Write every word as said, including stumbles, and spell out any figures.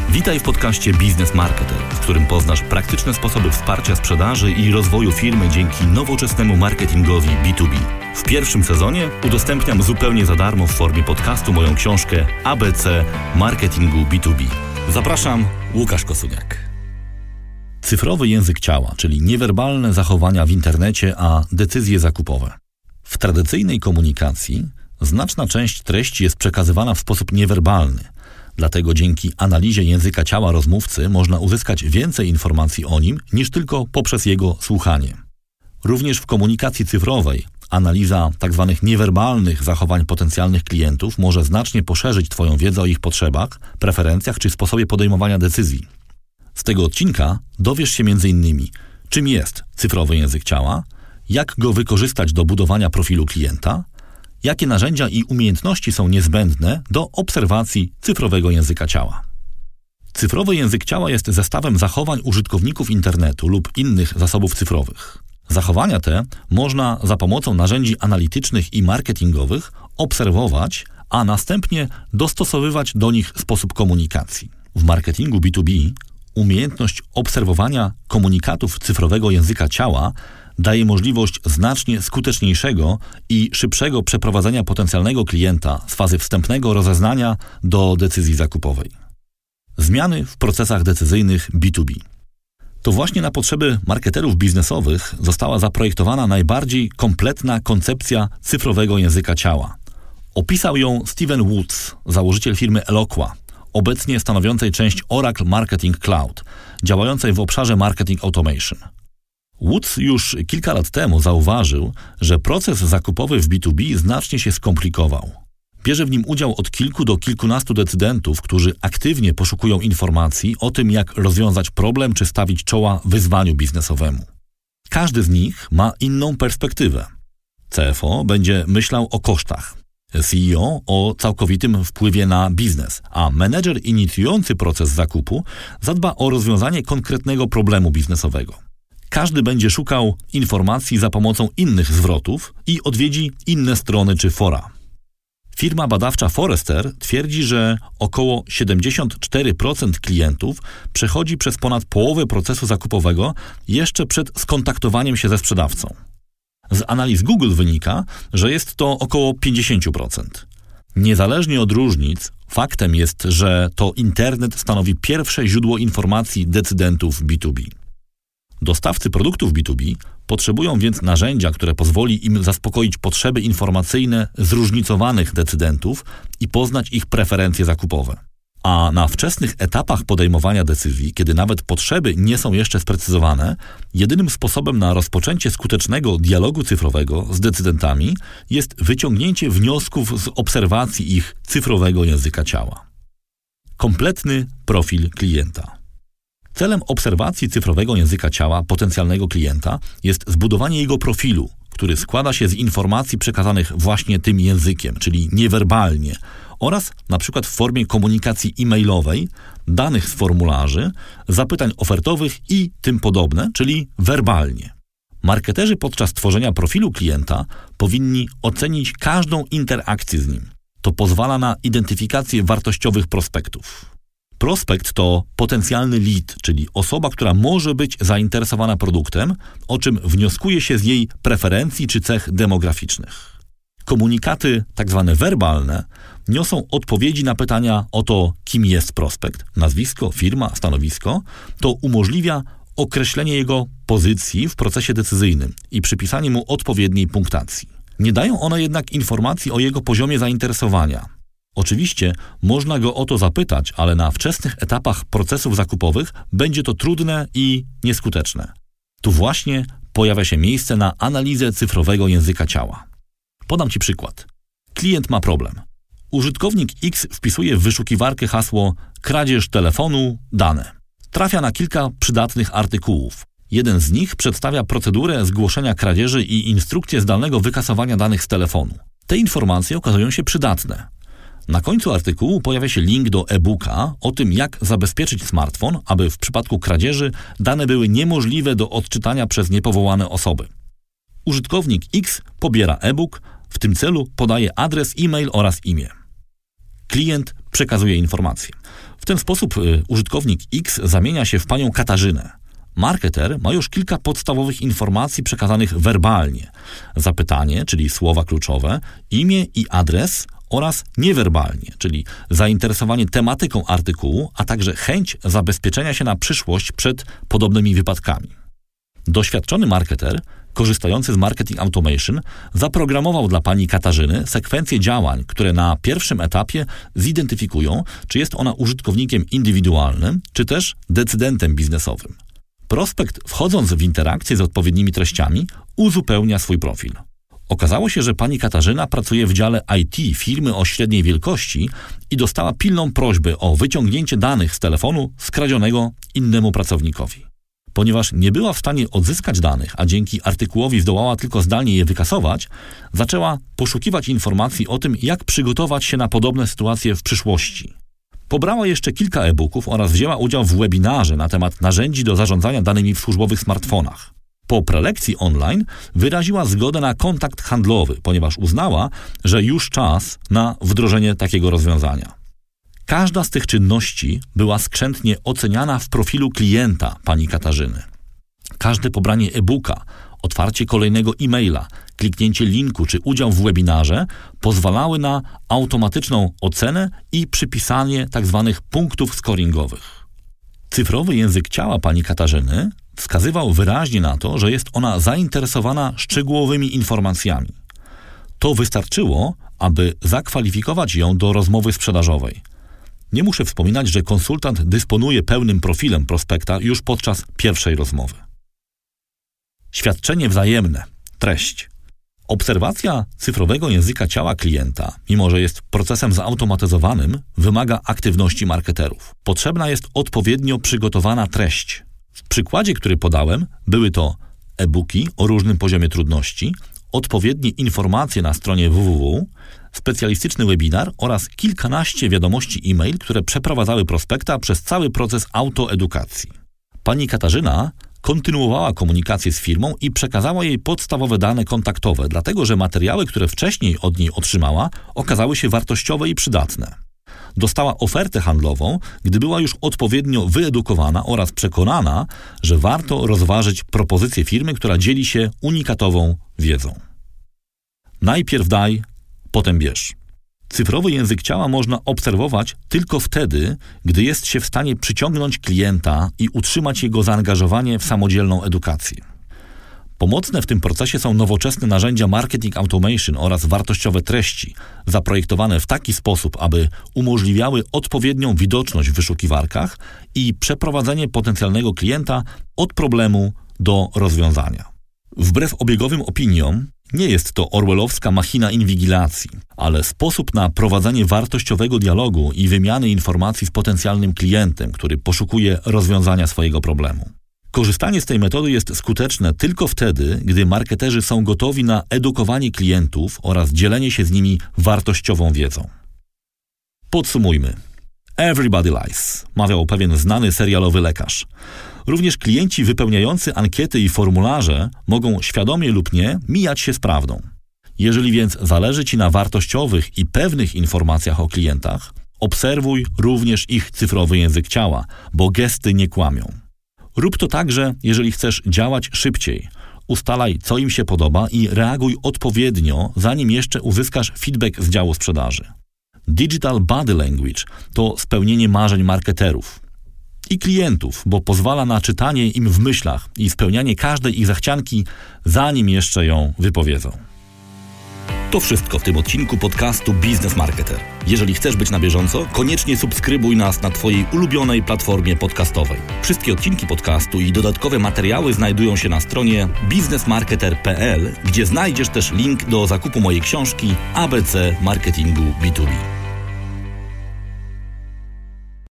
Witaj w podcaście Biznes Marketer, w którym poznasz praktyczne sposoby wsparcia sprzedaży i rozwoju firmy dzięki nowoczesnemu marketingowi B dwa B. W pierwszym sezonie udostępniam zupełnie za darmo w formie podcastu moją książkę A B C Marketingu B dwa B. Zapraszam, Łukasz Kosuniak. Cyfrowy język ciała, czyli niewerbalne zachowania w internecie, a decyzje zakupowe. W tradycyjnej komunikacji znaczna część treści jest przekazywana w sposób niewerbalny. Dlatego dzięki analizie języka ciała rozmówcy można uzyskać więcej informacji o nim niż tylko poprzez jego słuchanie. Również w komunikacji cyfrowej analiza tzw. niewerbalnych zachowań potencjalnych klientów może znacznie poszerzyć Twoją wiedzę o ich potrzebach, preferencjach czy sposobie podejmowania decyzji. Z tego odcinka dowiesz się między innymi, czym jest cyfrowy język ciała, jak go wykorzystać do budowania profilu klienta, jakie narzędzia i umiejętności są niezbędne do obserwacji cyfrowego języka ciała. Cyfrowy język ciała jest zestawem zachowań użytkowników internetu lub innych zasobów cyfrowych. Zachowania te można za pomocą narzędzi analitycznych i marketingowych obserwować, a następnie dostosowywać do nich sposób komunikacji. W marketingu B dwa B umiejętność obserwowania komunikatów cyfrowego języka ciała daje możliwość znacznie skuteczniejszego i szybszego przeprowadzenia potencjalnego klienta z fazy wstępnego rozeznania do decyzji zakupowej. Zmiany w procesach decyzyjnych B dwa B. To właśnie na potrzeby marketerów biznesowych została zaprojektowana najbardziej kompletna koncepcja cyfrowego języka ciała. Opisał ją Steven Woods, założyciel firmy Eloqua, obecnie stanowiącej część Oracle Marketing Cloud, działającej w obszarze Marketing Automation. Woods już kilka lat temu zauważył, że proces zakupowy w B dwa B znacznie się skomplikował. Bierze w nim udział od kilku do kilkunastu decydentów, którzy aktywnie poszukują informacji o tym, jak rozwiązać problem czy stawić czoła wyzwaniu biznesowemu. Każdy z nich ma inną perspektywę. C F O będzie myślał o kosztach, C E O o całkowitym wpływie na biznes, a menedżer inicjujący proces zakupu zadba o rozwiązanie konkretnego problemu biznesowego. Każdy będzie szukał informacji za pomocą innych zwrotów i odwiedzi inne strony czy fora. Firma badawcza Forrester twierdzi, że około siedemdziesiąt cztery procent klientów przechodzi przez ponad połowę procesu zakupowego jeszcze przed skontaktowaniem się ze sprzedawcą. Z analiz Google wynika, że jest to około pięćdziesiąt procent. Niezależnie od różnic, faktem jest, że to internet stanowi pierwsze źródło informacji decydentów B dwa B. Dostawcy produktów B dwa B potrzebują więc narzędzia, które pozwoli im zaspokoić potrzeby informacyjne zróżnicowanych decydentów i poznać ich preferencje zakupowe. A na wczesnych etapach podejmowania decyzji, kiedy nawet potrzeby nie są jeszcze sprecyzowane, jedynym sposobem na rozpoczęcie skutecznego dialogu cyfrowego z decydentami jest wyciągnięcie wniosków z obserwacji ich cyfrowego języka ciała. Kompletny profil klienta. Celem obserwacji cyfrowego języka ciała potencjalnego klienta jest zbudowanie jego profilu, który składa się z informacji przekazanych właśnie tym językiem, czyli niewerbalnie, oraz na przykład w formie komunikacji e-mailowej, danych z formularzy, zapytań ofertowych i tym podobne, czyli werbalnie. Marketerzy podczas tworzenia profilu klienta powinni ocenić każdą interakcję z nim. To pozwala na identyfikację wartościowych prospektów. Prospekt to potencjalny lead, czyli osoba, która może być zainteresowana produktem, o czym wnioskuje się z jej preferencji czy cech demograficznych. Komunikaty tzw. werbalne niosą odpowiedzi na pytania o to, kim jest prospekt, nazwisko, firma, stanowisko. To umożliwia określenie jego pozycji w procesie decyzyjnym i przypisanie mu odpowiedniej punktacji. Nie dają one jednak informacji o jego poziomie zainteresowania. Oczywiście można go o to zapytać, ale na wczesnych etapach procesów zakupowych będzie to trudne i nieskuteczne. Tu właśnie pojawia się miejsce na analizę cyfrowego języka ciała. Podam Ci przykład. Klient ma problem. Użytkownik X wpisuje w wyszukiwarkę hasło kradzież telefonu, dane. Trafia na kilka przydatnych artykułów. Jeden z nich przedstawia procedurę zgłoszenia kradzieży i instrukcję zdalnego wykasowania danych z telefonu. Te informacje okazują się przydatne. Na końcu artykułu pojawia się link do e-booka o tym, jak zabezpieczyć smartfon, aby w przypadku kradzieży dane były niemożliwe do odczytania przez niepowołane osoby. Użytkownik X pobiera e-book, w tym celu podaje adres e-mail oraz imię. Klient przekazuje informacje. W ten sposób y, użytkownik X zamienia się w panią Katarzynę. Marketer ma już kilka podstawowych informacji przekazanych werbalnie. Zapytanie, czyli słowa kluczowe, imię i adres oraz niewerbalnie, czyli zainteresowanie tematyką artykułu, a także chęć zabezpieczenia się na przyszłość przed podobnymi wypadkami. Doświadczony marketer, korzystający z Marketing Automation, zaprogramował dla pani Katarzyny sekwencję działań, które na pierwszym etapie zidentyfikują, czy jest ona użytkownikiem indywidualnym, czy też decydentem biznesowym. Prospekt, wchodząc w interakcję z odpowiednimi treściami, uzupełnia swój profil. Okazało się, że pani Katarzyna pracuje w dziale I T firmy o średniej wielkości i dostała pilną prośbę o wyciągnięcie danych z telefonu skradzionego innemu pracownikowi. Ponieważ nie była w stanie odzyskać danych, a dzięki artykułowi zdołała tylko zdalnie je wykasować, zaczęła poszukiwać informacji o tym, jak przygotować się na podobne sytuacje w przyszłości. Pobrała jeszcze kilka e-booków oraz wzięła udział w webinarze na temat narzędzi do zarządzania danymi w służbowych smartfonach. Po prelekcji online wyraziła zgodę na kontakt handlowy, ponieważ uznała, że już czas na wdrożenie takiego rozwiązania. Każda z tych czynności była skrzętnie oceniana w profilu klienta pani Katarzyny. Każde pobranie e-booka, otwarcie kolejnego e-maila, kliknięcie linku czy udział w webinarze pozwalały na automatyczną ocenę i przypisanie tzw. punktów scoringowych. Cyfrowy język ciała pani Katarzyny wskazywał wyraźnie na to, że jest ona zainteresowana szczegółowymi informacjami. To wystarczyło, aby zakwalifikować ją do rozmowy sprzedażowej. Nie muszę wspominać, że konsultant dysponuje pełnym profilem prospekta już podczas pierwszej rozmowy. Świadczenie wzajemne. Treść. Obserwacja cyfrowego języka ciała klienta, mimo że jest procesem zautomatyzowanym, wymaga aktywności marketerów. Potrzebna jest odpowiednio przygotowana treść. W przykładzie, który podałem, były to e-booki o różnym poziomie trudności, odpowiednie informacje na stronie www, specjalistyczny webinar oraz kilkanaście wiadomości e-mail, które przeprowadzały prospekta przez cały proces autoedukacji. Pani Katarzyna kontynuowała komunikację z firmą i przekazała jej podstawowe dane kontaktowe, dlatego że materiały, które wcześniej od niej otrzymała, okazały się wartościowe i przydatne. Dostała ofertę handlową, gdy była już odpowiednio wyedukowana oraz przekonana, że warto rozważyć propozycję firmy, która dzieli się unikatową wiedzą. Najpierw daj, potem bierz. Cyfrowy język ciała można obserwować tylko wtedy, gdy jest się w stanie przyciągnąć klienta i utrzymać jego zaangażowanie w samodzielną edukację. Pomocne w tym procesie są nowoczesne narzędzia Marketing Automation oraz wartościowe treści, zaprojektowane w taki sposób, aby umożliwiały odpowiednią widoczność w wyszukiwarkach i przeprowadzenie potencjalnego klienta od problemu do rozwiązania. Wbrew obiegowym opiniom, nie jest to orwellowska machina inwigilacji, ale sposób na prowadzenie wartościowego dialogu i wymiany informacji z potencjalnym klientem, który poszukuje rozwiązania swojego problemu. Korzystanie z tej metody jest skuteczne tylko wtedy, gdy marketerzy są gotowi na edukowanie klientów oraz dzielenie się z nimi wartościową wiedzą. Podsumujmy. Everybody lies, mawiał pewien znany serialowy lekarz. Również klienci wypełniający ankiety i formularze mogą świadomie lub nie mijać się z prawdą. Jeżeli więc zależy Ci na wartościowych i pewnych informacjach o klientach, obserwuj również ich cyfrowy język ciała, bo gesty nie kłamią. Rób to także, jeżeli chcesz działać szybciej. Ustalaj, co im się podoba i reaguj odpowiednio, zanim jeszcze uzyskasz feedback z działu sprzedaży. Digital Body Language to spełnienie marzeń marketerów i klientów, bo pozwala na czytanie im w myślach i spełnianie każdej ich zachcianki, zanim jeszcze ją wypowiedzą. To wszystko w tym odcinku podcastu Biznes Marketer. Jeżeli chcesz być na bieżąco, koniecznie subskrybuj nas na Twojej ulubionej platformie podcastowej. Wszystkie odcinki podcastu i dodatkowe materiały znajdują się na stronie biznesmarketer kropka p l, gdzie znajdziesz też link do zakupu mojej książki A B C Marketingu B dwa B.